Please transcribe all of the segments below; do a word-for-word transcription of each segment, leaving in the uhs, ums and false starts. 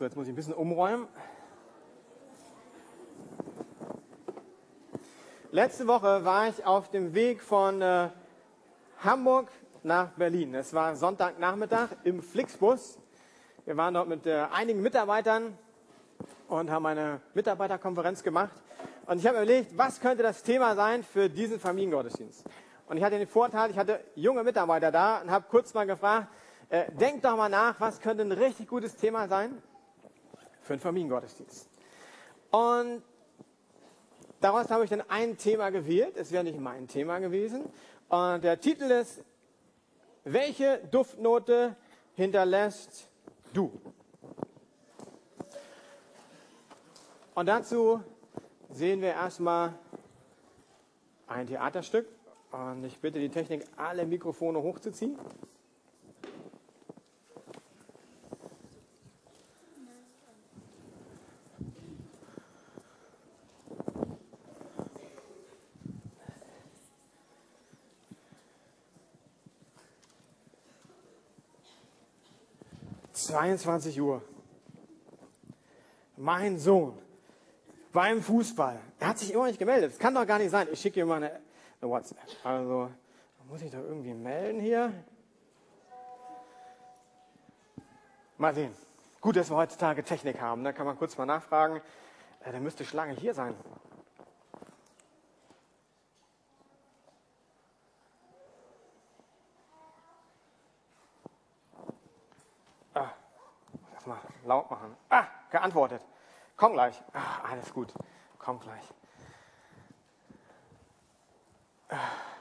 So, jetzt muss ich ein bisschen umräumen. Letzte Woche war ich auf dem Weg von äh, Hamburg nach Berlin. Es war Sonntagnachmittag im Flixbus. Wir waren dort mit äh, einigen Mitarbeitern und haben eine Mitarbeiterkonferenz gemacht. Und ich habe mir überlegt, was könnte das Thema sein für diesen Familiengottesdienst? Und ich hatte den Vorteil, ich hatte junge Mitarbeiter da und habe kurz mal gefragt, äh, denkt doch mal nach, was könnte ein richtig gutes Thema sein für einen Familiengottesdienst? Und daraus habe ich dann ein Thema gewählt. Es wäre nicht mein Thema gewesen. Und der Titel ist, welche Duftnote hinterlässt du? Und dazu sehen wir erstmal ein Theaterstück. Und ich bitte die Technik, alle Mikrofone hochzuziehen. zweiundzwanzig Uhr. Mein Sohn beim Fußball. Er hat sich immer nicht gemeldet. Das kann doch gar nicht sein. Ich schicke ihm mal eine, eine WhatsApp. Also, muss ich doch irgendwie melden hier? Mal sehen. Gut, dass wir heutzutage Technik haben. Da kann man kurz mal nachfragen. Äh, der müsste schon lange hier sein. Ah, lass mal laut machen. Ah, geantwortet. Komm gleich. Ah, alles gut. Komm gleich. Ah.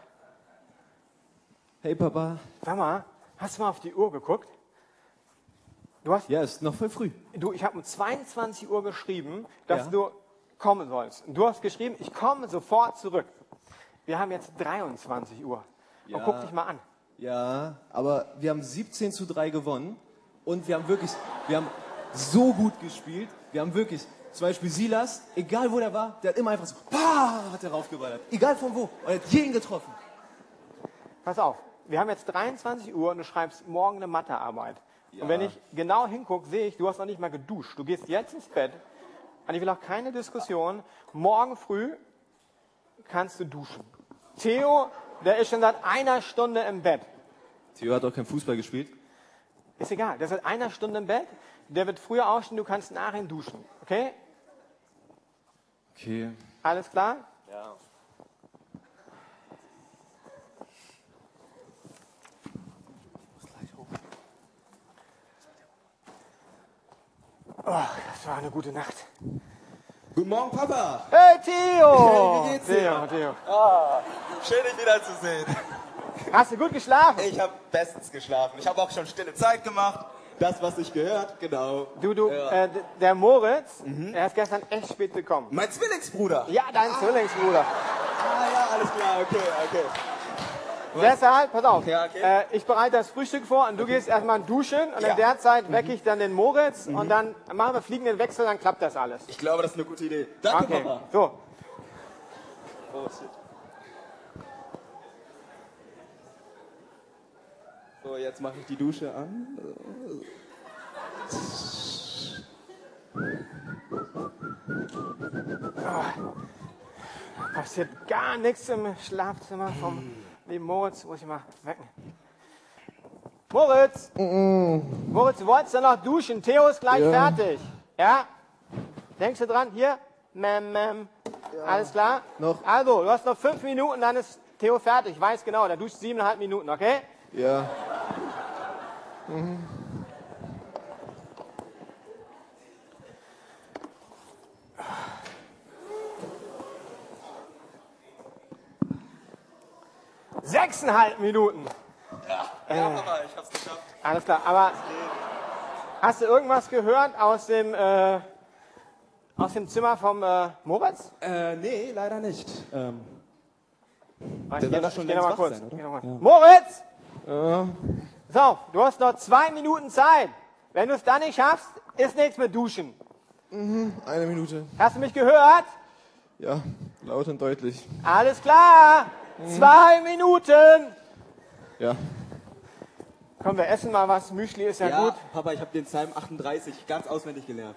Hey Papa. Sag mal, hast du mal auf die Uhr geguckt? Du hast, Ja, ist noch voll früh. du, ich habe um zweiundzwanzig Uhr geschrieben, dass Ja. du kommen sollst. Und du hast geschrieben, ich komme sofort zurück. Wir haben jetzt dreiundzwanzig Uhr. Ja. Und guck dich mal an. Ja, aber wir haben siebzehn zu drei gewonnen und wir haben wirklich, wir haben so gut gespielt. Wir haben wirklich, zum Beispiel Silas, egal wo der war, der hat immer einfach so, pah, hat er raufgeballert. Egal von wo. Und er hat jeden getroffen. Pass auf, wir haben jetzt dreiundzwanzig Uhr und du schreibst morgen eine Mathearbeit. Ja. Und wenn ich genau hingucke, sehe ich, du hast noch nicht mal geduscht. Du gehst jetzt ins Bett. Und ich will auch keine Diskussion. Morgen früh kannst du duschen. Theo, der ist schon seit einer Stunde im Bett. Theo hat auch kein Fußball gespielt. Ist egal, der ist seit einer Stunde im Bett. Der wird früher aufstehen, du kannst nach ihm duschen. Okay? Okay. Alles klar? Ja. Oh, das war eine gute Nacht. Guten Morgen, Papa. Hey Theo! Hey, wie geht's dir? Theo, Theo. Ah, schön, dich wiederzusehen. Hast du gut geschlafen? Ich habe bestens geschlafen. Ich habe auch schon stille Zeit gemacht. Das, was sich gehört, genau. Du, du, Ja. äh, d- der Moritz, er ist gestern echt spät gekommen. Mein Zwillingsbruder. Ja, dein Zwillingsbruder. Ah ja, alles klar, okay, okay. Deshalb, pass auf, Ja, okay. äh, ich bereite das Frühstück vor und du gehst erstmal duschen und Ja. in der Zeit wecke ich dann den Moritz und dann machen wir fliegenden Wechsel, dann klappt das alles. Ich glaube, das ist eine gute Idee. Danke, Okay, Papa. so. Prost. So, jetzt mache ich die Dusche an. Passiert gar nichts im Schlafzimmer vom lieben Moritz, muss ich mal wecken. Moritz! Moritz, du wolltest ja noch duschen, Theo ist gleich fertig. Ja? Denkst du dran? Hier? Mem, mem. Alles klar? Noch. Also, du hast noch fünf Minuten, dann ist Theo fertig. Ich weiß genau, der duscht siebeneinhalb Minuten, okay? Ja. Sechseinhalb Minuten. Ja, Papa, ich hab's geschafft. Alles klar, aber hast du irgendwas gehört aus dem, äh, aus dem Zimmer vom äh, Moritz? Äh, nee, leider nicht. Ähm, Ich wird geh, schon ich geh längst noch mal wach kurz. sein, oder? Ich geh noch mal. Ja. Moritz! Ja. So, du hast noch zwei Minuten Zeit. Wenn du es dann nicht schaffst, ist nichts mit Duschen. Eine Minute. Hast du mich gehört? Ja, laut und deutlich. Alles klar. Zwei Minuten. Ja. Komm, wir essen mal was. Müsli ist ja, Ja, gut. Papa, ich habe den Psalm achtunddreißig ganz auswendig gelernt.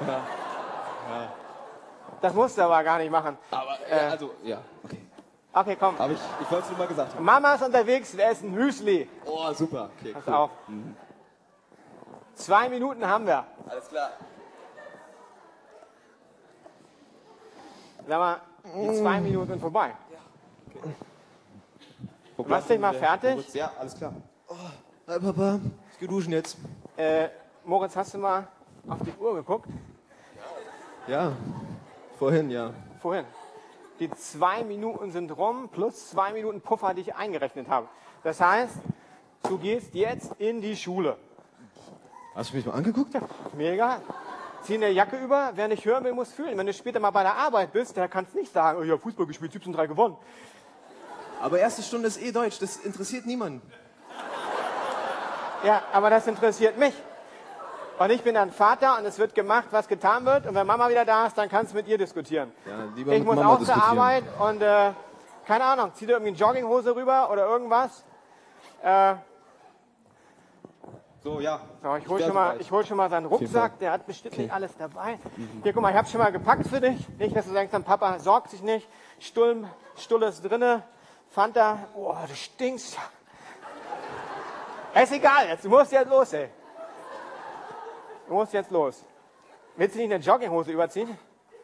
Das musst du aber gar nicht machen. Aber, Äh. ja, also, ja, okay. Okay, komm. Aber ich, ich wollte es nur mal gesagt haben. Mama ist unterwegs, wir essen Müsli. Oh, super. Okay, Pass cool. auf. Zwei Minuten haben wir. Alles klar. Sag mal, die zwei Minuten sind vorbei. Wo Du machst dich mal der fertig? Moritz? Ja, alles klar. Hi Papa, ich geh duschen jetzt. Äh, Moritz, hast du mal auf die Uhr geguckt? Ja, vorhin, ja. Vorhin. Die zwei Minuten sind rum, plus zwei Minuten Puffer, die ich eingerechnet habe. Das heißt, du gehst jetzt in die Schule. Hast du mich mal angeguckt? Mir egal. Zieh eine Jacke über, wer nicht hören will, muss fühlen. Wenn du später mal bei der Arbeit bist, der kannst nicht sagen, oh ja, Fußball gespielt, siebzehn drei gewonnen. Aber erste Stunde ist eh Deutsch, das interessiert niemanden. Ja, aber das interessiert mich. Und ich bin dann Vater und es wird gemacht, was getan wird. Und wenn Mama wieder da ist, dann kannst du mit ihr diskutieren. Ja, lieber Ich mit muss Mama auch zur diskutieren. Arbeit und äh, keine Ahnung, zieh dir irgendwie eine Jogginghose rüber oder irgendwas. Äh, So, ja. so, ich hol wär schon mal, soweit. ich hol schon mal seinen Rucksack. Der hat bestimmt nicht alles dabei. Hier, guck mal, ich habe schon mal gepackt für dich. Nicht, dass du denkst, dein Papa sorgt sich nicht. Stull, Stull ist drinne. Fanta. Oh, du stinkst. Ist egal jetzt. Du musst jetzt los, ey. Du musst jetzt los. Willst du nicht eine Jogginghose überziehen?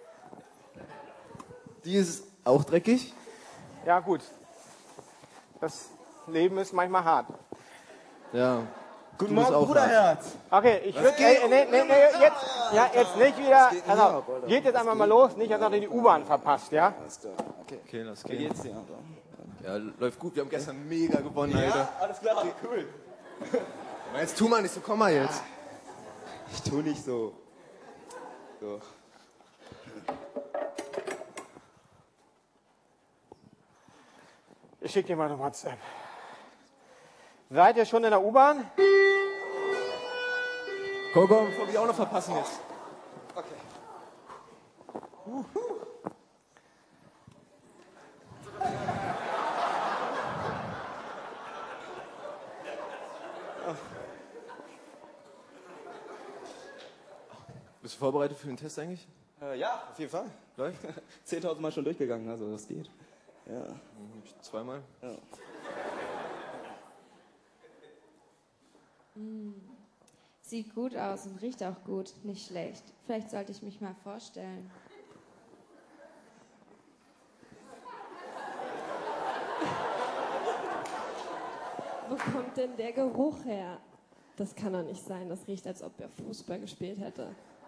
Die ist auch dreckig. Ja, gut. Das Leben ist manchmal hart. Ja. Guten Du bist Morgen, auch Bruderherz. Okay, ich würde. Nee, nee, nee, nee, jetzt, ja, jetzt nicht wieder. Also, geht jetzt einmal mal los, nicht, dass noch die U-Bahn verpasst, ja? Okay, lass Wie gehen. geht's dir? Ja, läuft gut. Wir haben gestern mega gewonnen, Alter. Ja, alles klar, cool. Aber jetzt tu mal nicht so, komm mal jetzt. Ich tu nicht so. So. Ich schicke dir mal eine WhatsApp. Seid ihr schon in der U-Bahn? Komm, komm, bevor wir auch noch verpassen jetzt. Okay. Bist du vorbereitet für den Test eigentlich? Äh, ja, auf jeden Fall. Läuft? zehntausend Mal schon durchgegangen, also das geht. Ja. Zweimal. ja. Sieht gut aus und riecht auch gut, nicht schlecht. Vielleicht sollte ich mich mal vorstellen. Wo kommt denn der Geruch her? Das kann doch nicht sein. Das riecht, als ob er Fußball gespielt hätte.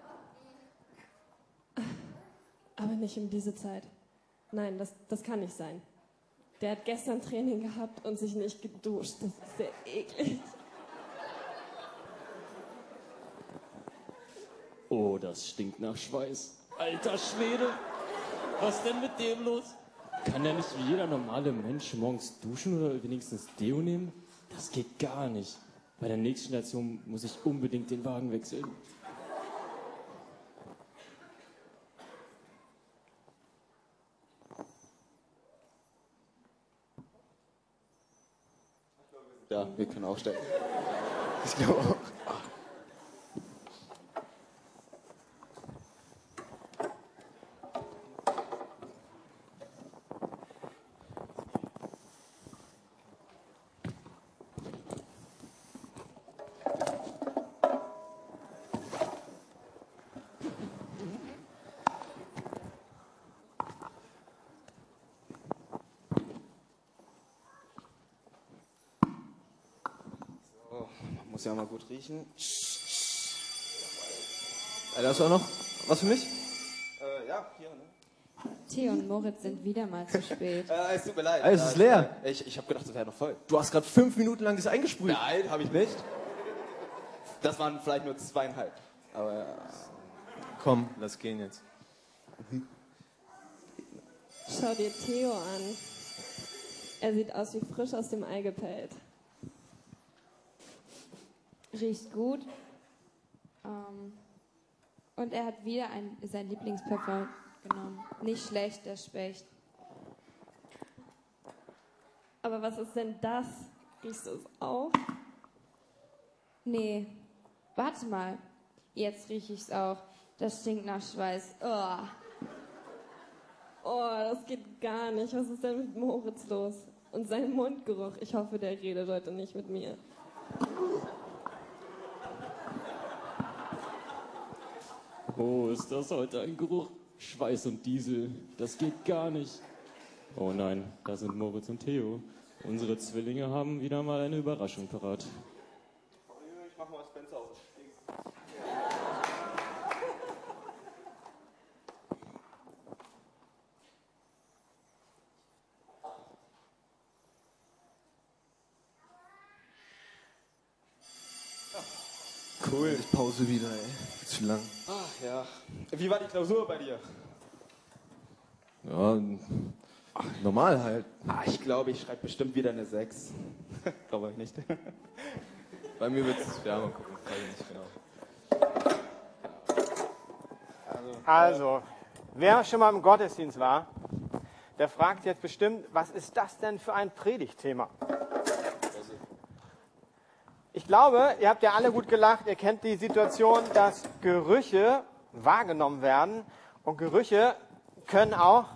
Aber nicht um diese Zeit. Nein, das, das kann nicht sein. Der hat gestern Training gehabt und sich nicht geduscht. Das ist sehr eklig. Oh, das stinkt nach Schweiß. Alter Schwede, was denn mit dem los? Kann ja nicht wie jeder normale Mensch morgens duschen oder wenigstens Deo nehmen? Das geht gar nicht. Bei der nächsten Station muss ich unbedingt den Wagen wechseln. Ja, wir können auch stellen. Ich glaube auch. Muss ja mal gut riechen. Alter, hast du auch noch was für mich? Äh, ja, hier, ne? Theo und Moritz sind wieder mal zu spät. Äh, es tut mir leid. Ey, es ist leer. Äh, Ich, ich habe gedacht, das wäre noch voll. Du hast gerade fünf Minuten lang das eingesprüht. Nein, habe ich nicht. Das waren vielleicht nur zweieinhalb. Aber ja. Komm, lass gehen jetzt. Schau dir Theo an. Er sieht aus wie frisch aus dem Ei gepellt. Riecht gut. Ähm, und er hat wieder ein, sein Lieblingsparfum genommen. Nicht schlecht, der Specht. Aber was ist denn das? Riechst du es auch? Nee, warte mal. Jetzt rieche ich's auch. Das stinkt nach Schweiß. Oh. Oh, das geht gar nicht. Was ist denn mit Moritz los? Und sein Mundgeruch. Ich hoffe, der redet heute nicht mit mir. Oh, ist das heute ein Geruch? Schweiß und Diesel, das geht gar nicht. Oh nein, da sind Moritz und Theo. Unsere Zwillinge haben wieder mal eine Überraschung parat. Ich mach mal das Fenster auf. Cool. Ich Pause wieder, ey. Zu lang. Ach ja. Wie war die Klausur bei dir? Ja, normal halt. Ah, ich glaube, ich schreibe bestimmt wieder eine sechs. Glaube ich nicht. Bei mir wird's, ja, mal gucken. Weiß ich nicht genau. Also, wer schon mal im Gottesdienst war, der fragt jetzt bestimmt, was ist das denn für ein Predigtthema? Ich glaube, ihr habt ja alle gut gelacht, ihr kennt die Situation, dass Gerüche wahrgenommen werden und Gerüche können auch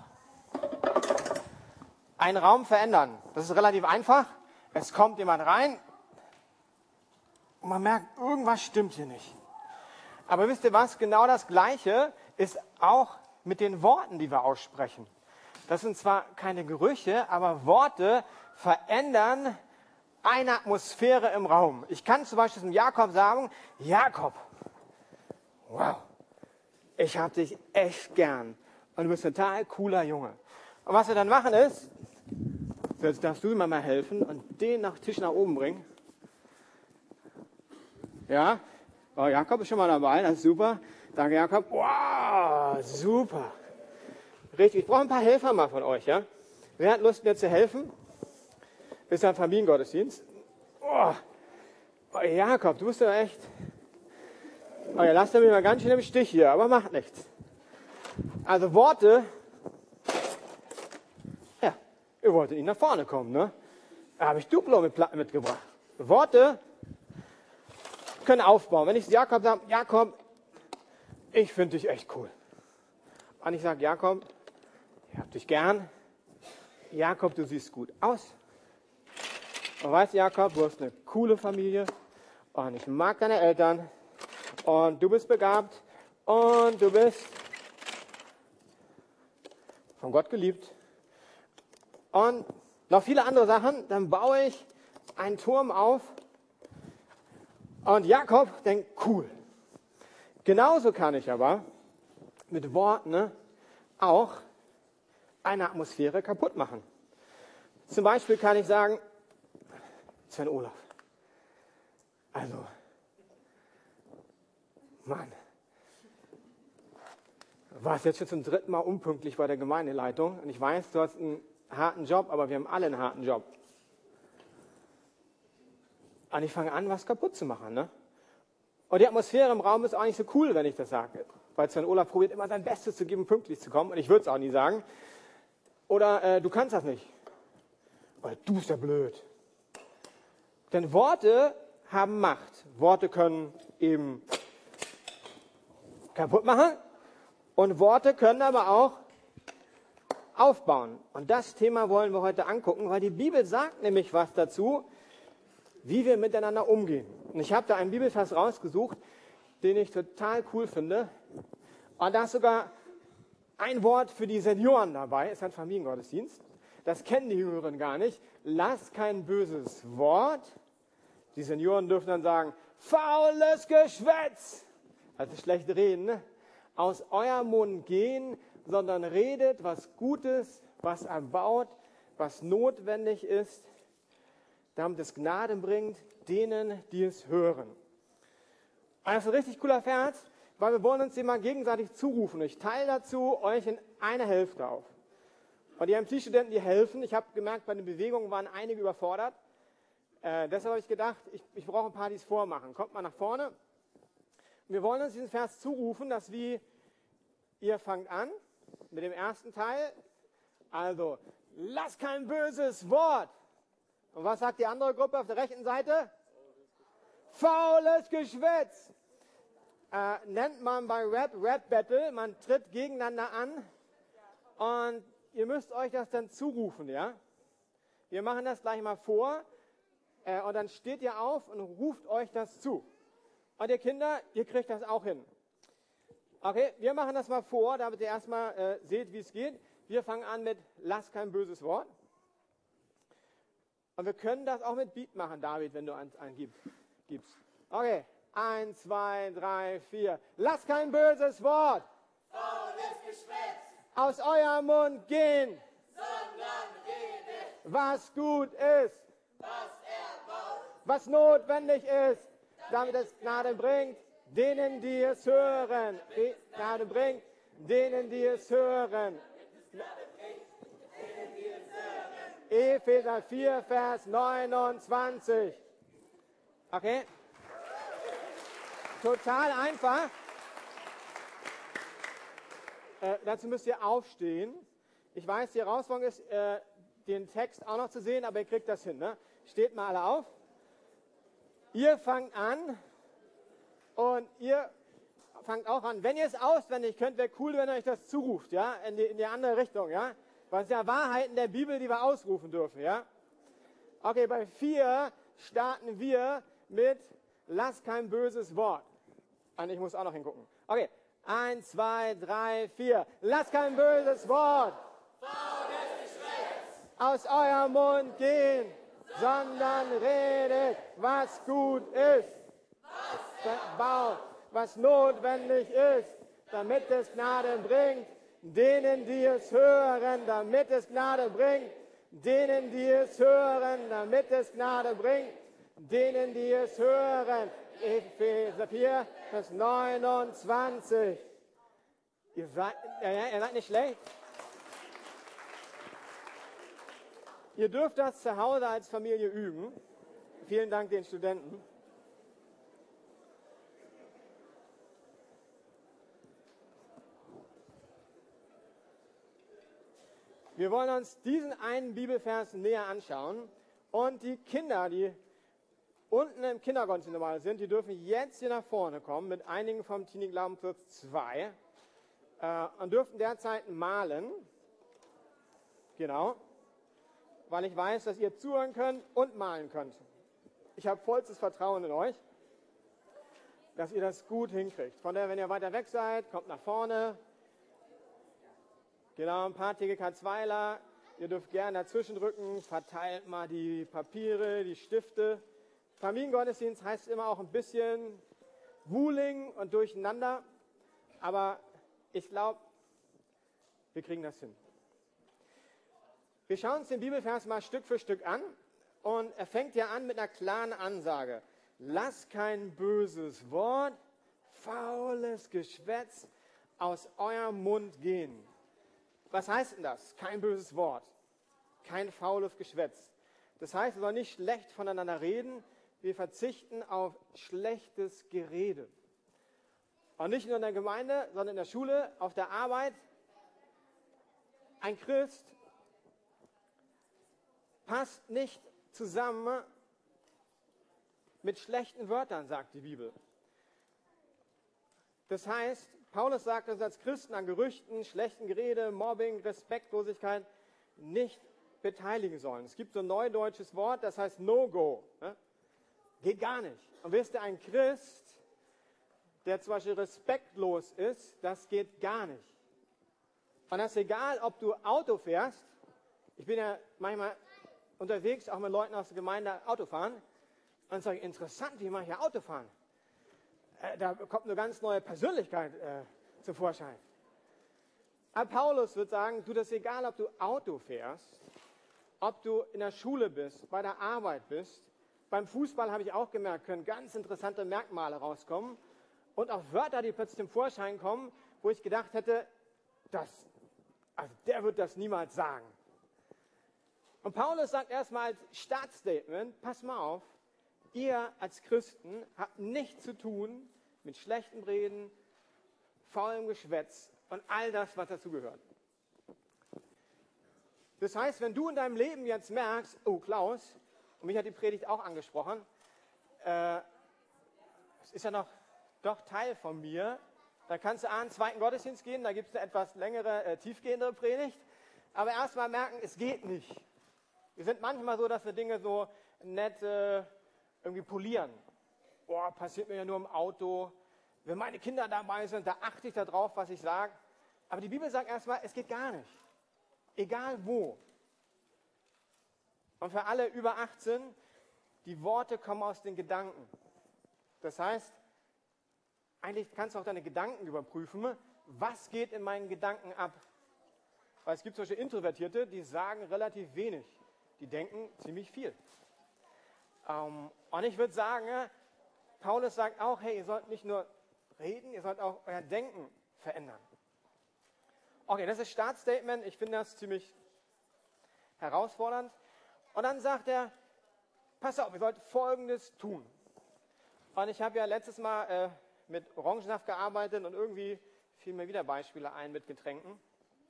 einen Raum verändern. Das ist relativ einfach. Es kommt jemand rein und man merkt, irgendwas stimmt hier nicht. Aber wisst ihr was? Genau das Gleiche ist auch mit den Worten, die wir aussprechen. Das sind zwar keine Gerüche, aber Worte verändern eine Atmosphäre im Raum. Ich kann zum Beispiel zum Jakob sagen, Jakob, wow, ich hab dich echt gern und du bist ein total cooler Junge. Und was wir dann machen ist, jetzt darfst du mir mal helfen und den nach Tisch nach oben bringen. Ja, oh, Jakob ist schon mal dabei, das ist super. Danke, Jakob. Wow, super. Richtig, ich brauche ein paar Helfer mal von euch. Ja? Wer hat Lust, mir zu helfen? Ist ja ein Familiengottesdienst. Oh, oh, Jakob, du bist ja echt... Oh, ja, lasst mich mal ganz schön im Stich hier, aber macht nichts. Also Worte... Ja, ihr wolltet nicht nach vorne kommen, ne? Da habe ich Duplo mit Platten mitgebracht. Worte können aufbauen. Wenn ich zu Jakob sage, Jakob, ich finde dich echt cool. Und ich sage, Jakob, ich hab dich gern. Jakob, du siehst gut aus. Und weißt du, Jakob, du hast eine coole Familie und ich mag deine Eltern und du bist begabt und du bist von Gott geliebt. Und noch viele andere Sachen, dann baue ich einen Turm auf und Jakob denkt, cool. Genauso kann ich aber mit Worten ne, auch eine Atmosphäre kaputt machen. Zum Beispiel kann ich sagen, Sven Olaf, also, Mann, du warst jetzt schon zum dritten Mal unpünktlich bei der Gemeindeleitung und ich weiß, du hast einen harten Job, aber wir haben alle einen harten Job. Und ich fange an, was kaputt zu machen. Ne? Und die Atmosphäre im Raum ist auch nicht so cool, wenn ich das sage. Weil Sven Olaf probiert immer sein Bestes zu geben, pünktlich zu kommen. Und ich würde es auch nie sagen. Oder äh, du kannst das nicht. Weil du bist ja blöd. Denn Worte haben Macht. Worte können eben kaputt machen. Und Worte können aber auch aufbauen. Und das Thema wollen wir heute angucken, weil die Bibel sagt nämlich was dazu, wie wir miteinander umgehen. Und ich habe da einen Bibelvers rausgesucht, den ich total cool finde. Und da ist sogar ein Wort für die Senioren dabei, ist ein Familiengottesdienst. Das kennen die Jüngeren gar nicht. Lass kein böses Wort. Die Senioren dürfen dann sagen, faules Geschwätz. Also schlecht reden. Ne? Aus eurem Mund gehen, sondern redet was Gutes, was erbaut, was notwendig ist, damit es Gnade bringt, denen, die es hören. Das ist ein richtig cooler Vers, weil wir wollen uns den mal gegenseitig zurufen. Ich teile dazu euch in eine Hälfte auf. Und die M C-Studenten, die helfen. Ich habe gemerkt, bei den Bewegungen waren einige überfordert. Äh, deshalb habe ich gedacht, ich, ich brauche ein paar, die es vormachen. Kommt mal nach vorne. Wir wollen uns diesen Vers zurufen, dass wie ihr fangt an mit dem ersten Teil. Also, lass kein böses Wort. Und was sagt die andere Gruppe auf der rechten Seite? Faules Geschwätz. Äh, nennt man bei Rap, Rap Battle. Man tritt gegeneinander an. Und ihr müsst euch das dann zurufen, ja? Wir machen das gleich mal vor. Äh, und dann steht ihr auf und ruft euch das zu. Und ihr Kinder, ihr kriegt das auch hin. Okay, wir machen das mal vor, damit ihr erstmal äh, seht, wie es geht. Wir fangen an mit Lass kein böses Wort. Und wir können das auch mit Beat machen, David, wenn du einen, einen gibst. Okay, eins, zwei, drei, vier. Lass kein böses Wort Faules Geschwätz aus eurem Mund gehen, sondern redet, was gut ist, was er baut, was notwendig ist, damit es Gnade bringt, denen, die es hören. Gnade bringt, denen, die es hören. Epheser vier, Vers neunundzwanzig. Okay? Total einfach. Äh, dazu müsst ihr aufstehen. Ich weiß, die Herausforderung ist, äh, den Text auch noch zu sehen, aber ihr kriegt das hin. Ne? Steht mal alle auf. Ihr fangt an und ihr fangt auch an. Wenn ihr es auswendig könnt, wäre cool, wenn ihr euch das zuruft, ja, in die, in die andere Richtung, ja. Was sind ja Wahrheiten der Bibel, die wir ausrufen dürfen, ja. Okay, bei vier starten wir mit Lass kein böses Wort. Und ich muss auch noch hingucken. Okay, eins, zwei, drei, vier. Lass kein böses Wort aus eurem Mund gehen, sondern redet, was gut ist, was baut, was notwendig ist, damit es Gnade bringt, denen, die es hören, damit es Gnade bringt, denen, die es hören, damit es Gnade bringt, denen, die es hören. Epheser vier, Vers neunundzwanzig. Ihr seid, ja, ihr seid nicht schlecht. Ihr dürft das zu Hause als Familie üben. Vielen Dank den Studenten. Wir wollen uns diesen einen Bibelvers näher anschauen. Und die Kinder, die unten im Kindergottesdienst normal sind, die dürfen jetzt hier nach vorne kommen mit einigen vom Teenie Glaubenskurs zwei äh, und dürfen derzeit malen. Genau. Weil ich weiß, dass ihr zuhören könnt und malen könnt. Ich habe vollstes Vertrauen in euch, dass ihr das gut hinkriegt. Von daher, wenn ihr weiter weg seid, kommt nach vorne. Genau, ein paar T G K zweiler. Ihr dürft gerne dazwischen drücken, verteilt mal die Papiere, die Stifte. Familiengottesdienst heißt immer auch ein bisschen Wuling und Durcheinander. Aber ich glaube, wir kriegen das hin. Wir schauen uns den Bibelvers mal Stück für Stück an und er fängt ja an mit einer klaren Ansage. Lass kein böses Wort, faules Geschwätz aus eurem Mund gehen. Was heißt denn das? Kein böses Wort, kein faules Geschwätz. Das heißt, wir sollen nicht schlecht voneinander reden, wir verzichten auf schlechtes Gerede. Und nicht nur in der Gemeinde, sondern in der Schule, auf der Arbeit. Ein Christ passt nicht zusammen mit schlechten Wörtern, sagt die Bibel. Das heißt, Paulus sagt, dass wir als Christen an Gerüchten, schlechten Gerede, Mobbing, Respektlosigkeit nicht beteiligen sollen. Es gibt so ein neudeutsches Wort, das heißt No-Go. Ne? Geht gar nicht. Und wisst ihr, ein Christ, der zum Beispiel respektlos ist, das geht gar nicht. Und das ist egal, ob du Auto fährst. Ich bin ja manchmal unterwegs, auch mit Leuten aus der Gemeinde Auto fahren. Und dann sage ich, interessant, wie manche Auto fahren. Äh, da kommt eine ganz neue Persönlichkeit äh, zum Vorschein. Aber Paulus wird sagen, du, das ist egal, ob du Auto fährst, ob du in der Schule bist, bei der Arbeit bist. Beim Fußball habe ich auch gemerkt, können ganz interessante Merkmale rauskommen. Und auch Wörter, die plötzlich zum Vorschein kommen, wo ich gedacht hätte, das, also der wird das niemals sagen. Und Paulus sagt erstmal als Startstatement, pass mal auf, ihr als Christen habt nichts zu tun mit schlechtem Reden, faulem Geschwätz und all das, was dazugehört. Das heißt, wenn du in deinem Leben jetzt merkst, oh Klaus, und mich hat die Predigt auch angesprochen, äh, es ist ja noch doch Teil von mir. Da kannst du an den zweiten Gottesdienst gehen, da gibt es eine etwas längere, äh, tiefgehendere Predigt. Aber erstmal merken, es geht nicht. Wir sind manchmal so, dass wir Dinge so nett äh, irgendwie polieren. Boah, passiert mir ja nur im Auto. Wenn meine Kinder dabei sind, da achte ich darauf, was ich sage. Aber die Bibel sagt erstmal, es geht gar nicht. Egal wo. Und für alle über achtzehn, die Worte kommen aus den Gedanken. Das heißt, eigentlich kannst du auch deine Gedanken überprüfen. Was geht in meinen Gedanken ab? Weil es gibt solche Introvertierte, die sagen relativ wenig. Die denken ziemlich viel. Ähm, und ich würde sagen, Paulus sagt auch, hey, ihr sollt nicht nur reden, ihr sollt auch euer Denken verändern. Okay, das ist das Startstatement. Ich finde das ziemlich herausfordernd. Und dann sagt er, pass auf, ihr sollt Folgendes tun. Und ich habe ja letztes Mal äh, mit Orangensaft gearbeitet und irgendwie fielen mir wieder Beispiele ein mit Getränken.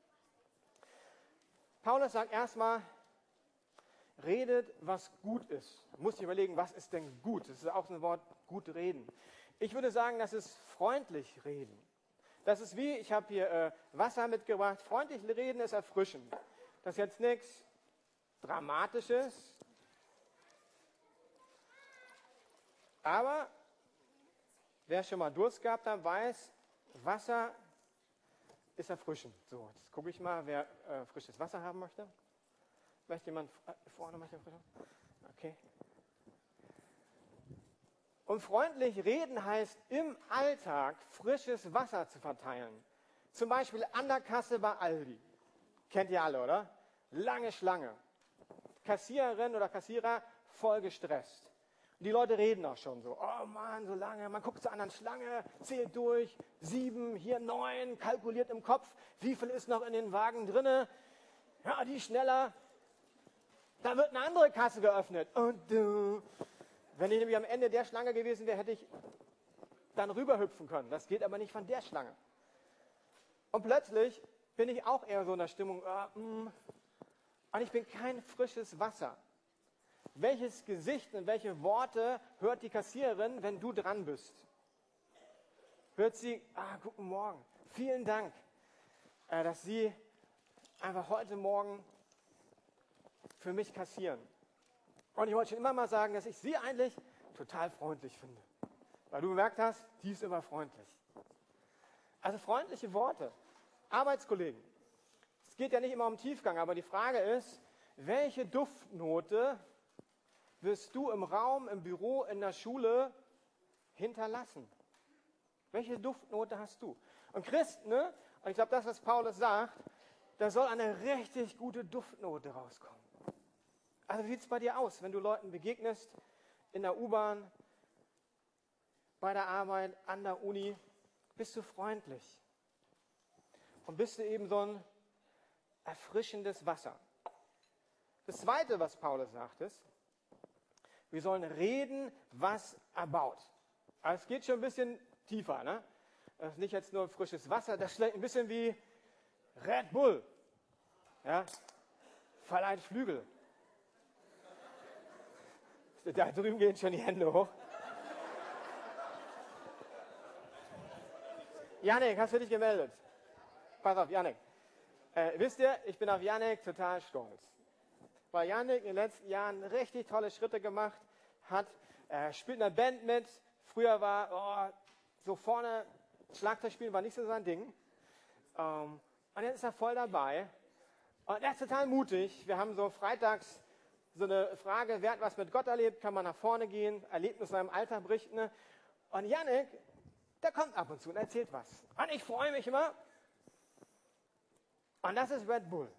Paulus sagt erstmal, redet, was gut ist. Man muss sich überlegen, was ist denn gut? Das ist auch so ein Wort, gut reden. Ich würde sagen, das ist freundlich reden. Das ist wie, ich habe hier äh, Wasser mitgebracht. Freundlich reden ist erfrischend. Das ist jetzt nichts Dramatisches. Aber wer schon mal Durst gehabt hat, weiß, Wasser ist erfrischend. So, jetzt gucke ich mal, wer äh, frisches Wasser haben möchte. Möchte jemand äh, vorne möchte frisches? Okay. Und freundlich reden heißt, im Alltag frisches Wasser zu verteilen. Zum Beispiel an der Kasse bei Aldi. Kennt ihr alle, oder? Lange Schlange. Kassiererin oder Kassierer voll gestresst. Und die Leute reden auch schon so. Oh Mann, so lange. Man guckt zur anderen Schlange, zählt durch. Sieben, hier neun, kalkuliert im Kopf. Wie viel ist noch in den Wagen drinne? Ja, die schneller. Da wird eine andere Kasse geöffnet. Und du... Wenn ich nämlich am Ende der Schlange gewesen wäre, hätte ich dann rüberhüpfen können. Das geht aber nicht von der Schlange. Und plötzlich bin ich auch eher so in der Stimmung, äh, mm, und ich bin kein frisches Wasser. Welches Gesicht und welche Worte hört die Kassiererin, wenn du dran bist? Hört sie, ah, guten Morgen, vielen Dank, äh, dass Sie einfach heute Morgen für mich kassieren. Und ich wollte schon immer mal sagen, dass ich sie eigentlich total freundlich finde. Weil du bemerkt hast, die ist immer freundlich. Also freundliche Worte. Arbeitskollegen. Es geht ja nicht immer um Tiefgang, aber die Frage ist, welche Duftnote wirst du im Raum, im Büro, in der Schule hinterlassen? Welche Duftnote hast du? Und Christen, ne? Und ich glaube, das, was Paulus sagt, da soll eine richtig gute Duftnote rauskommen. Also wie sieht es bei dir aus, wenn du Leuten begegnest, in der U-Bahn, bei der Arbeit, an der Uni? Bist du freundlich? Und bist du eben so ein erfrischendes Wasser? Das Zweite, was Paulus sagt, ist, wir sollen reden, was erbaut. Also es geht schon ein bisschen tiefer. Ne? Das ist nicht jetzt nur frisches Wasser, das ist vielleicht ein bisschen wie Red Bull. Ja? Verleiht Flügel. Da drüben gehen schon die Hände hoch. Janik, hast du dich gemeldet? Pass auf, Janik. Äh, wisst ihr, ich bin auf Janik total stolz. Weil Janik in den letzten Jahren richtig tolle Schritte gemacht hat. Er spielt in einer Band mit. Früher war oh, so vorne Schlagzeug spielen war nicht so sein Ding. Ähm, und jetzt ist er voll dabei. Und er ist total mutig. Wir haben so freitags so eine Frage, wer hat was mit Gott erlebt, kann man nach vorne gehen, Erlebnisse seinem Alltag berichten. Und Janik, der kommt ab und zu und erzählt was. Und ich freue mich immer. Und das ist Red Bull.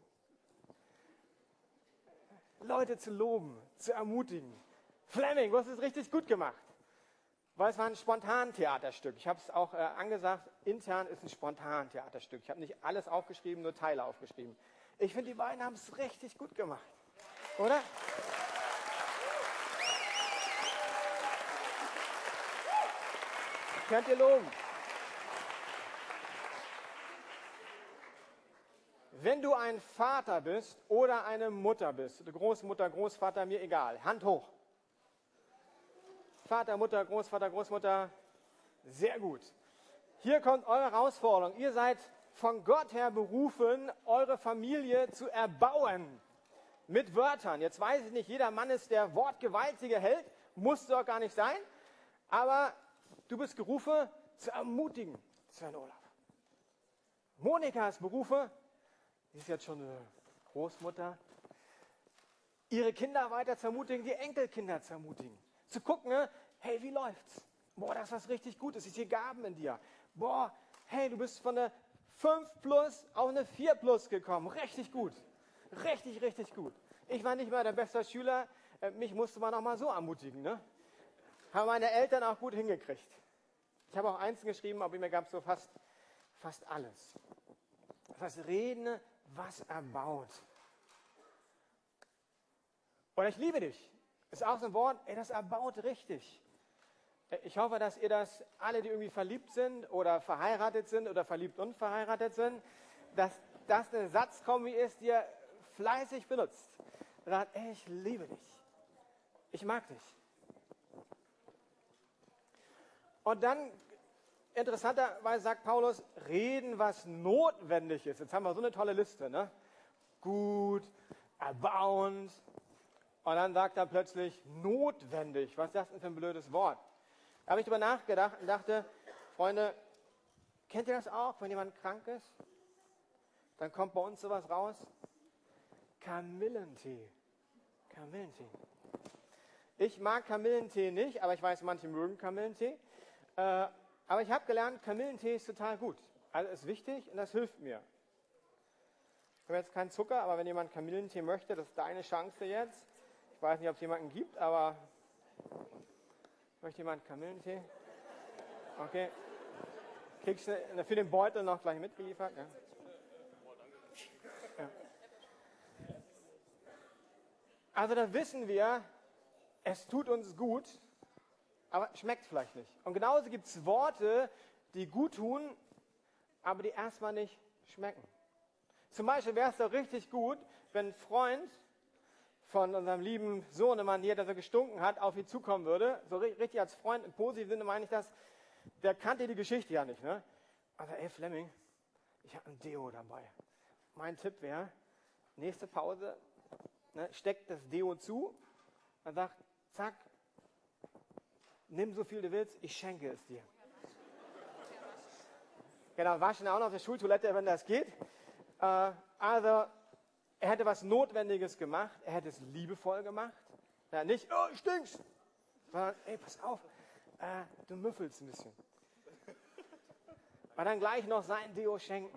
Leute zu loben, zu ermutigen. Fleming, du hast es richtig gut gemacht. Weil es war ein Spontantheaterstück. Ich habe es auch äh, angesagt, intern ist ein Spontantheaterstück. Ich habe nicht alles aufgeschrieben, nur Teile aufgeschrieben. Ich finde, die beiden haben es richtig gut gemacht. Oder? Könnt ihr loben. Wenn du ein Vater bist oder eine Mutter bist, Großmutter, Großvater, mir egal, Hand hoch. Vater, Mutter, Großvater, Großmutter, Sehr gut. Hier kommt eure Herausforderung. Ihr seid von Gott her berufen, eure Familie zu erbauen. Mit Wörtern. Jetzt weiß ich nicht, jeder Mann ist der wortgewaltige Held. Muss doch gar nicht sein. Aber du bist gerufen, zu ermutigen, Sven Olaf. Monika ist berufen, sie ist jetzt schon eine Großmutter, ihre Kinder weiter zu ermutigen, die Enkelkinder zu ermutigen. Zu gucken, hey, wie läuft's? Boah, das ist was richtig Gutes, ich sehe Gaben in dir. Boah, hey, du bist von der fünf plus auf eine vier plus gekommen. Richtig gut. Richtig, richtig gut. Ich war nicht mal der beste Schüler, mich musste man auch mal so ermutigen. Ne? Haben meine Eltern auch gut hingekriegt. Ich habe auch eins geschrieben, aber mir gab es so fast, fast alles. Das heißt, reden, was erbaut. Oder ich liebe dich. Ist auch so ein Wort, ey, das erbaut richtig. Ich hoffe, dass ihr das, alle, die irgendwie verliebt sind oder verheiratet sind oder verliebt und verheiratet sind, dass das eine Satzkombi ist, die ihr fleißig benutzt. Sagt, ey, ich liebe dich. Ich mag dich. Und dann, interessanterweise sagt Paulus, reden, was notwendig ist. Jetzt haben wir so eine tolle Liste, ne? Gut, erbauend. Und dann sagt er plötzlich notwendig. Was ist das denn für ein blödes Wort? Da habe ich darüber nachgedacht und dachte, Freunde, kennt ihr das auch, wenn jemand krank ist? Dann kommt bei uns sowas raus. Kamillentee. Kamillentee. Ich mag Kamillentee nicht, aber ich weiß, manche mögen Kamillentee. Äh, aber ich habe gelernt, Kamillentee ist total gut. Also ist wichtig und das hilft mir. Ich habe jetzt keinen Zucker, aber wenn jemand Kamillentee möchte, das ist deine Chance jetzt. Ich weiß nicht, ob es jemanden gibt, aber möchte jemand Kamillentee? Okay. Kriegst du für den Beutel noch gleich mitgeliefert? Ja. Ja. Also da wissen wir, es tut uns gut, aber schmeckt vielleicht nicht. Und genauso gibt es Worte, die gut tun, aber die erstmal nicht schmecken. Zum Beispiel wäre es doch richtig gut, wenn ein Freund von unserem lieben Sohnemann hier, der so gestunken hat, auf ihn zukommen würde. So richtig als Freund, im positiven Sinne meine ich das. Der kannte die Geschichte ja nicht. Ne? Also, ey Flemming, ich habe ein Deo dabei. Mein Tipp wäre, nächste Pause, ne, steckt das Deo zu und sagt, zack, nimm so viel du willst, ich schenke es dir. Genau, waschen auch noch auf der Schultoilette, wenn das geht. Äh, also, er hätte was Notwendiges gemacht, er hätte es liebevoll gemacht. Ja, nicht, oh, stinkst, sondern, ey, pass auf, äh, du müffelst ein bisschen. Und dann gleich noch sein Deo schenken.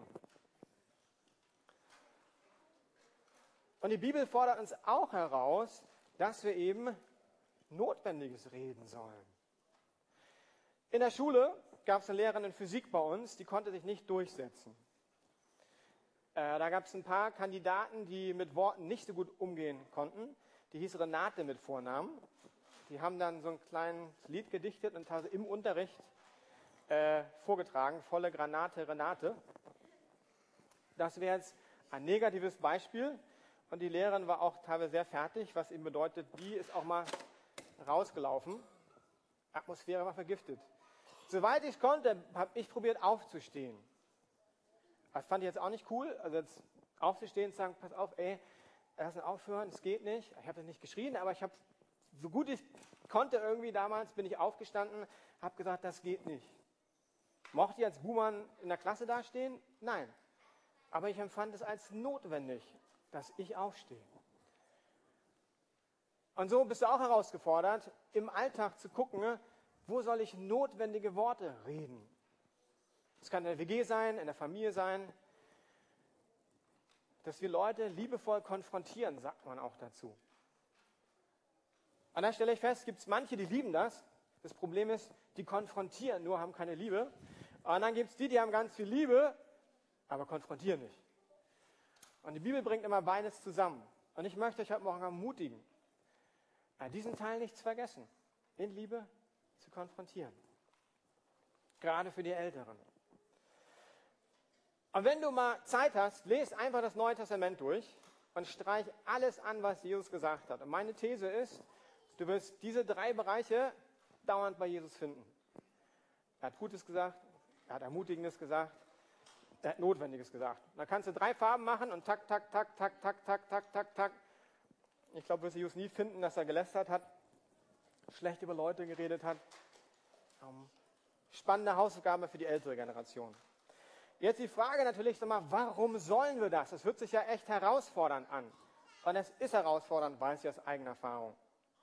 Und die Bibel fordert uns auch heraus, dass wir eben Notwendiges reden sollen. In der Schule gab es eine Lehrerin in Physik bei uns, die konnte sich nicht durchsetzen. Äh, da gab es ein paar Kandidaten, die mit Worten nicht so gut umgehen konnten. Die hieß Renate mit Vornamen. Die haben dann so ein kleines Lied gedichtet und haben im Unterricht äh, vorgetragen, volle Granate, Renate. Das wäre jetzt ein negatives Beispiel. Und die Lehrerin war auch teilweise sehr fertig, was eben bedeutet, die ist auch mal rausgelaufen. Atmosphäre war vergiftet. Soweit ich konnte, habe ich probiert aufzustehen. Das fand ich jetzt auch nicht cool. Also jetzt aufzustehen und zu sagen, pass auf, ey, lass uns aufhören, es geht nicht. Ich habe das nicht geschrien, aber ich habe, so gut ich konnte irgendwie damals, bin ich aufgestanden, habe gesagt, das geht nicht. Mochte ich als Buhmann in der Klasse dastehen? Nein. Aber ich empfand es als notwendig, dass ich aufstehe. Und so bist du auch herausgefordert, im Alltag zu gucken, wo soll ich notwendige Worte reden. Das kann in der W G sein, in der Familie sein. Dass wir Leute liebevoll konfrontieren, sagt man auch dazu. An der stelle ich fest, gibt es manche, die lieben das. Das Problem ist, die konfrontieren, nur haben keine Liebe. Und dann gibt es die, die haben ganz viel Liebe, aber konfrontieren nicht. Und die Bibel bringt immer beides zusammen. Und ich möchte euch heute Morgen ermutigen, diesen Teil nicht zu vergessen, in Liebe zu konfrontieren. Gerade für die Älteren. Und wenn du mal Zeit hast, lest einfach das Neue Testament durch und streich alles an, was Jesus gesagt hat. Und meine These ist, du wirst diese drei Bereiche dauernd bei Jesus finden. Er hat Gutes gesagt, er hat Ermutigendes gesagt, er hat Notwendiges gesagt. Dann kannst du drei Farben machen und tak, tak, tak, tak, tak, tak, tak, tak, tak. Ich glaube, wirst du nie finden, dass er gelästert hat, schlecht über Leute geredet hat. Ähm, spannende Hausaufgabe für die ältere Generation. Jetzt die Frage natürlich, sag mal, warum sollen wir das? Das hört sich ja echt herausfordernd an. Und es ist herausfordernd, weiß ich aus eigener Erfahrung.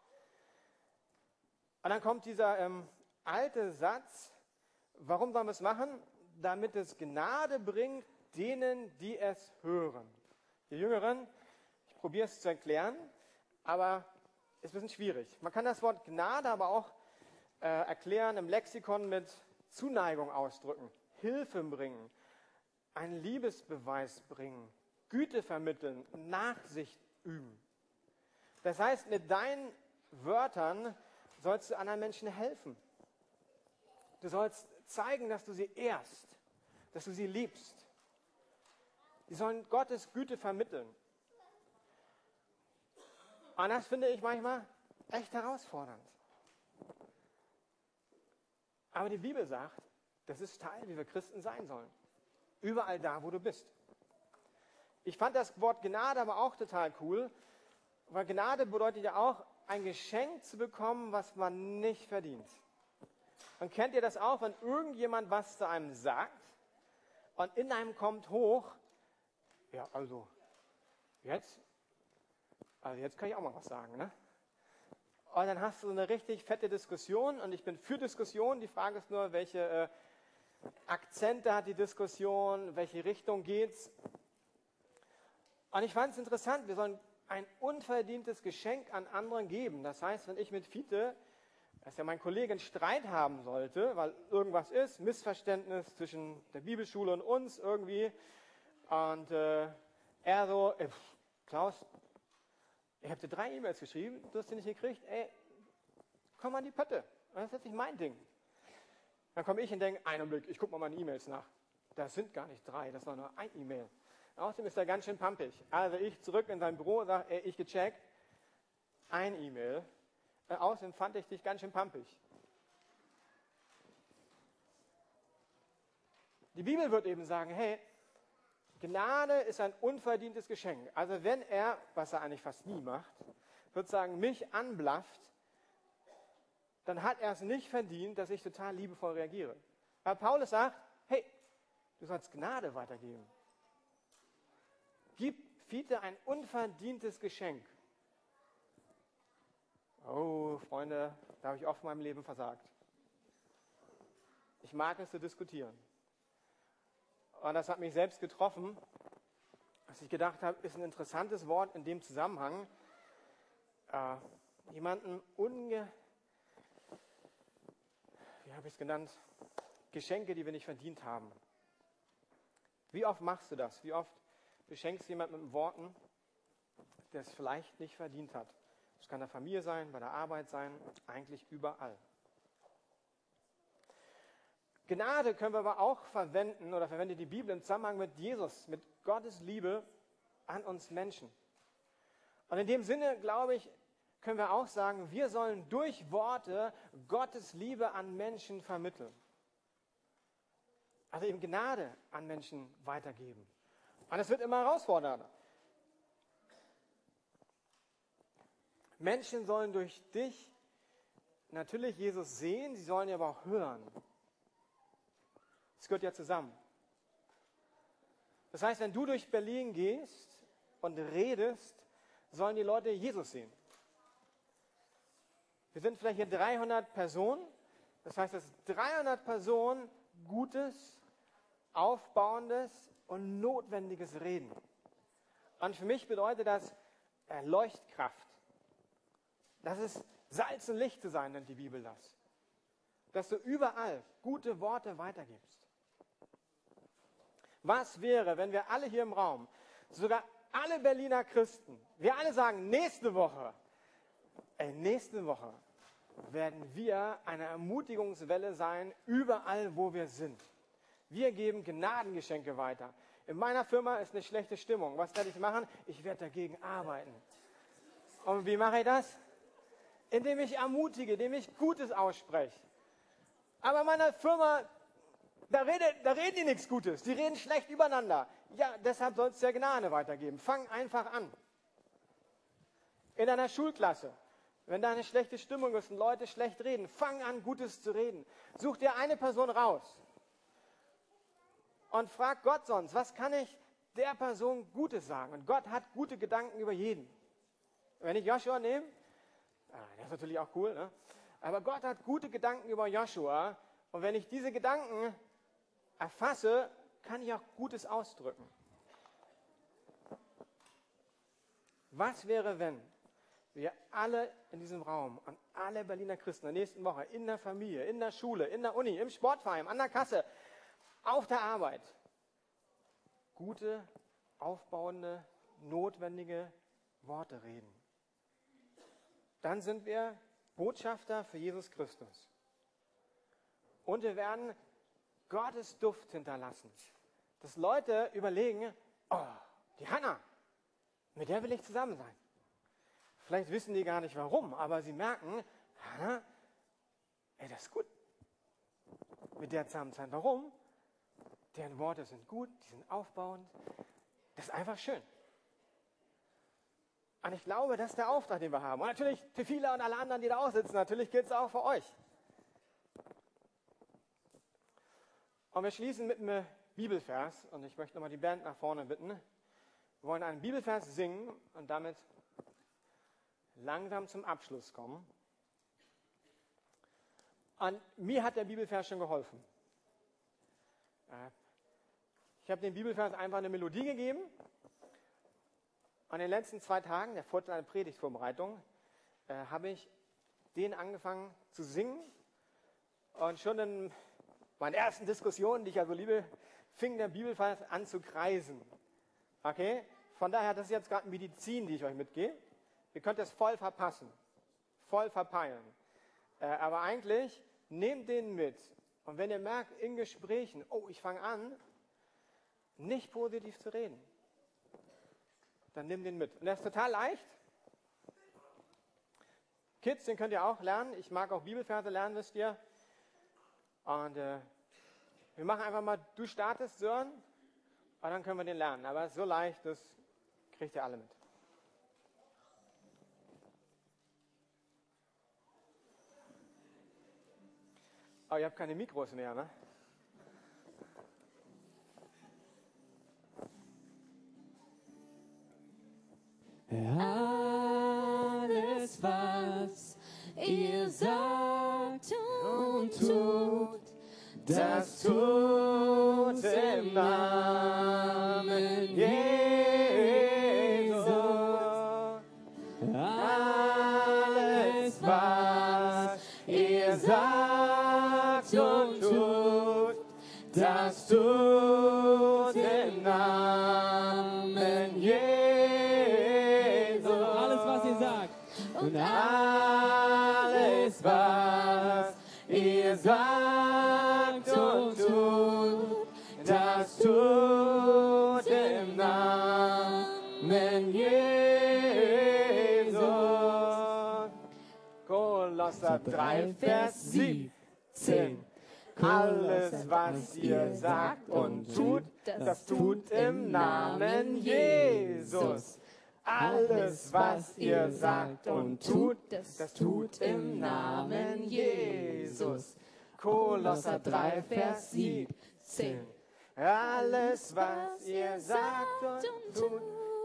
Und dann kommt dieser ähm, alte Satz, warum sollen wir es machen? Damit es Gnade bringt denen, die es hören. Die Jüngeren, ich probiere es zu erklären, aber ist ein bisschen schwierig. Man kann das Wort Gnade aber auch äh, erklären im Lexikon mit Zuneigung ausdrücken, Hilfe bringen, einen Liebesbeweis bringen, Güte vermitteln, Nachsicht üben. Das heißt, mit deinen Wörtern sollst du anderen Menschen helfen. Du sollst zeigen, dass du sie ehrst, dass du sie liebst. Sie sollen Gottes Güte vermitteln. Und das finde ich manchmal echt herausfordernd. Aber die Bibel sagt, das ist Teil, wie wir Christen sein sollen. Überall da, wo du bist. Ich fand das Wort Gnade aber auch total cool, weil Gnade bedeutet ja auch, ein Geschenk zu bekommen, was man nicht verdient. Und kennt ihr das auch, wenn irgendjemand was zu einem sagt und in einem kommt hoch, ja, also jetzt, also jetzt kann ich auch mal was sagen, ne? Und dann hast du eine richtig fette Diskussion und ich bin für Diskussion. Die Frage ist nur, welche äh, Akzente hat die Diskussion, welche Richtung geht's? Und ich fand es interessant, wir sollen ein unverdientes Geschenk an anderen geben. Das heißt, wenn ich mit Fiete, das ist ja mein Kollege, einen Streit haben sollte, weil irgendwas ist, Missverständnis zwischen der Bibelschule und uns irgendwie, und äh, er so, ey, Klaus, ich habe dir drei E-Mails geschrieben, du hast die nicht gekriegt, ey, komm an die Pötte. Das ist jetzt nicht mein Ding. Dann komme ich und denke, einen Blick, ich gucke mal meine E-Mails nach. Das sind gar nicht drei, das war nur ein E-Mail. Außerdem ist er ganz schön pampig. Also ich zurück in sein Büro und sage, ey, ich gecheckt, ein E-Mail. Äh, außerdem fand ich dich ganz schön pampig. Die Bibel wird eben sagen, hey, Gnade ist ein unverdientes Geschenk. Also wenn er, was er eigentlich fast nie macht, wird sagen, mich anblafft, dann hat er es nicht verdient, dass ich total liebevoll reagiere. Weil Paulus sagt, hey, du sollst Gnade weitergeben. Gib Fiete ein unverdientes Geschenk. Oh, Freunde, da habe ich oft in meinem Leben versagt. Ich mag es zu diskutieren. Und das hat mich selbst getroffen, dass ich gedacht habe, ist ein interessantes Wort in dem Zusammenhang. Äh, jemanden unge... Wie habe ich es genannt? Geschenke, die wir nicht verdient haben. Wie oft machst du das? Wie oft beschenkst du jemanden mit Worten, der es vielleicht nicht verdient hat? Das kann in der Familie sein, bei der Arbeit sein, eigentlich überall. Gnade können wir aber auch verwenden oder verwendet die Bibel im Zusammenhang mit Jesus, mit Gottes Liebe an uns Menschen. Und in dem Sinne, glaube ich, können wir auch sagen, wir sollen durch Worte Gottes Liebe an Menschen vermitteln. Also eben Gnade an Menschen weitergeben. Und es wird immer herausfordernder. Menschen sollen durch dich natürlich Jesus sehen, sie sollen ihn aber auch hören. Das gehört ja zusammen. Das heißt, wenn du durch Berlin gehst und redest, sollen die Leute Jesus sehen. Wir sind vielleicht hier dreihundert Personen. Das heißt, dass dreihundert Personen Gutes, Aufbauendes und Notwendiges reden. Und für mich bedeutet das äh, Leuchtkraft. Das ist Salz und Licht zu sein, nennt die Bibel das. Dass du überall gute Worte weitergibst. Was wäre, wenn wir alle hier im Raum, sogar alle Berliner Christen, wir alle sagen, nächste Woche, ey, nächste Woche werden wir eine Ermutigungswelle sein, überall, wo wir sind. Wir geben Gnadengeschenke weiter. In meiner Firma ist eine schlechte Stimmung. Was werde ich machen? Ich werde dagegen arbeiten. Und wie mache ich das? Indem ich ermutige, indem ich Gutes ausspreche. Aber in meiner Firma, da, redet, da reden die nichts Gutes. Die reden schlecht übereinander. Ja, deshalb soll es der Gnade weitergeben. Fang einfach an. In deiner Schulklasse, wenn da eine schlechte Stimmung ist und Leute schlecht reden, fang an, Gutes zu reden. Such dir eine Person raus und frag Gott sonst, was kann ich der Person Gutes sagen? Und Gott hat gute Gedanken über jeden. Wenn ich Joshua nehme, ah, der ist natürlich auch cool, ne? Aber Gott hat gute Gedanken über Joshua. Und wenn ich diese Gedanken erfasse, kann ich auch Gutes ausdrücken. Was wäre, wenn wir alle in diesem Raum und alle Berliner Christen in der nächsten Woche in der Familie, in der Schule, in der Uni, im Sportverein, an der Kasse, auf der Arbeit gute, aufbauende, notwendige Worte reden? Dann sind wir Botschafter für Jesus Christus. Und wir werden Gottes Duft hinterlassen. Dass Leute überlegen, oh, die Hannah, mit der will ich zusammen sein. Vielleicht wissen die gar nicht warum, aber sie merken, Hannah, ey, das ist gut, mit der zusammen sein. Warum? Deren Worte sind gut, die sind aufbauend. Das ist einfach schön. Und ich glaube, das ist der Auftrag, den wir haben. Und natürlich für viele und alle anderen, die da auch sitzen, natürlich gilt es auch für euch. Und wir schließen mit einem Bibelvers. Und ich möchte nochmal die Band nach vorne bitten. Wir wollen einen Bibelvers singen und damit langsam zum Abschluss kommen. Und mir hat der Bibelvers schon geholfen. Ich habe dem Bibelvers einfach eine Melodie gegeben. Und in den letzten zwei Tagen, der Vorteil einer Predigtvorbereitung, äh, habe ich den angefangen zu singen. Und schon in meinen ersten Diskussionen, die ich also liebe, fing der Bibelvers an zu kreisen. Okay? Von daher, das ist jetzt gerade Medizin, die ich euch mitgebe. Ihr könnt es voll verpassen, voll verpeilen. Äh, aber eigentlich, nehmt den mit. Und wenn ihr merkt in Gesprächen, oh, ich fange an, nicht positiv zu reden, dann nimm den mit. Und das ist total leicht. Kids, den könnt ihr auch lernen. Ich mag auch Bibelverse lernen, wisst ihr. Und äh, wir machen einfach mal, du startest, Sören, und dann können wir den lernen. Aber es ist so leicht, das kriegt ihr alle mit. Oh, ihr habt keine Mikros mehr, ne? Alles, was ihr sagt und tut, das tut im Namen Jesu. Alles, was ihr sagt und tut, das tut im Namen Jesu. Und alles, was ihr sagt und tut, das tut im Namen Jesus. Kolosser drei, Vers siebzehn. Alles, was ihr sagt und tut, das tut im Namen Jesus. Alles, was ihr sagt und tut, das tut im Namen Jesus. Kolosser drei, Vers siebzehn. Alles, was ihr sagt und tut,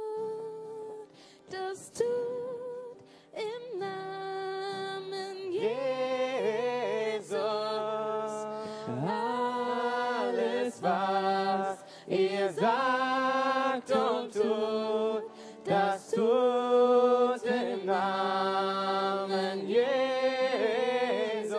das tut im Namen Jesus. Alles, was ihr sagt und tut, das tut im Namen Jesus.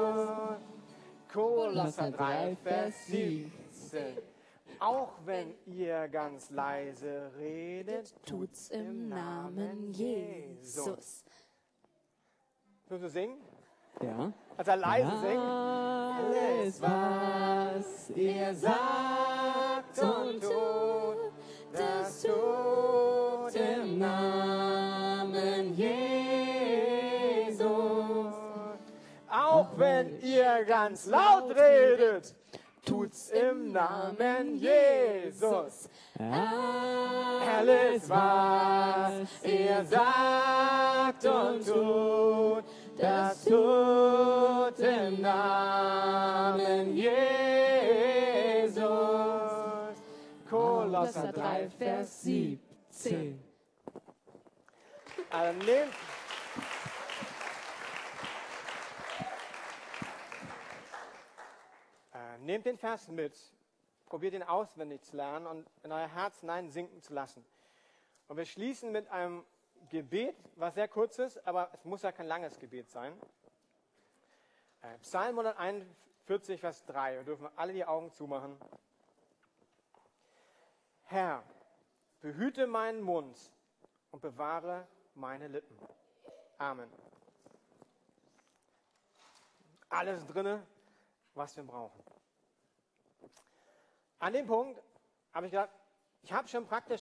Kolosser drei, Vers siebzehn. Auch wenn ihr ganz leise redet, Tut's im Namen Jesus. Willst du singen? Ja. Also leise singen. Alles, was ihr sagt und tut, das tut im Namen Jesus. Auch wenn ihr ganz laut redet, tut's im Namen Jesus. Alles, was ihr sagt und tut, das tut im Namen Jesus. Kolosser drei, Vers siebzehn. Also nehmt, äh, nehmt den Vers mit, probiert ihn auswendig zu lernen und in euer Herz hinein sinken zu lassen. Und wir schließen mit einem Gebet, was sehr kurz ist, aber es muss ja kein langes Gebet sein. Äh, Psalm hunderteinundvierzig, Vers drei. Wir dürfen alle die Augen zumachen. Herr, behüte meinen Mund und bewahre meine Lippen. Amen. Alles drinne, was wir brauchen. An dem Punkt habe ich gedacht, ich habe schon praktisch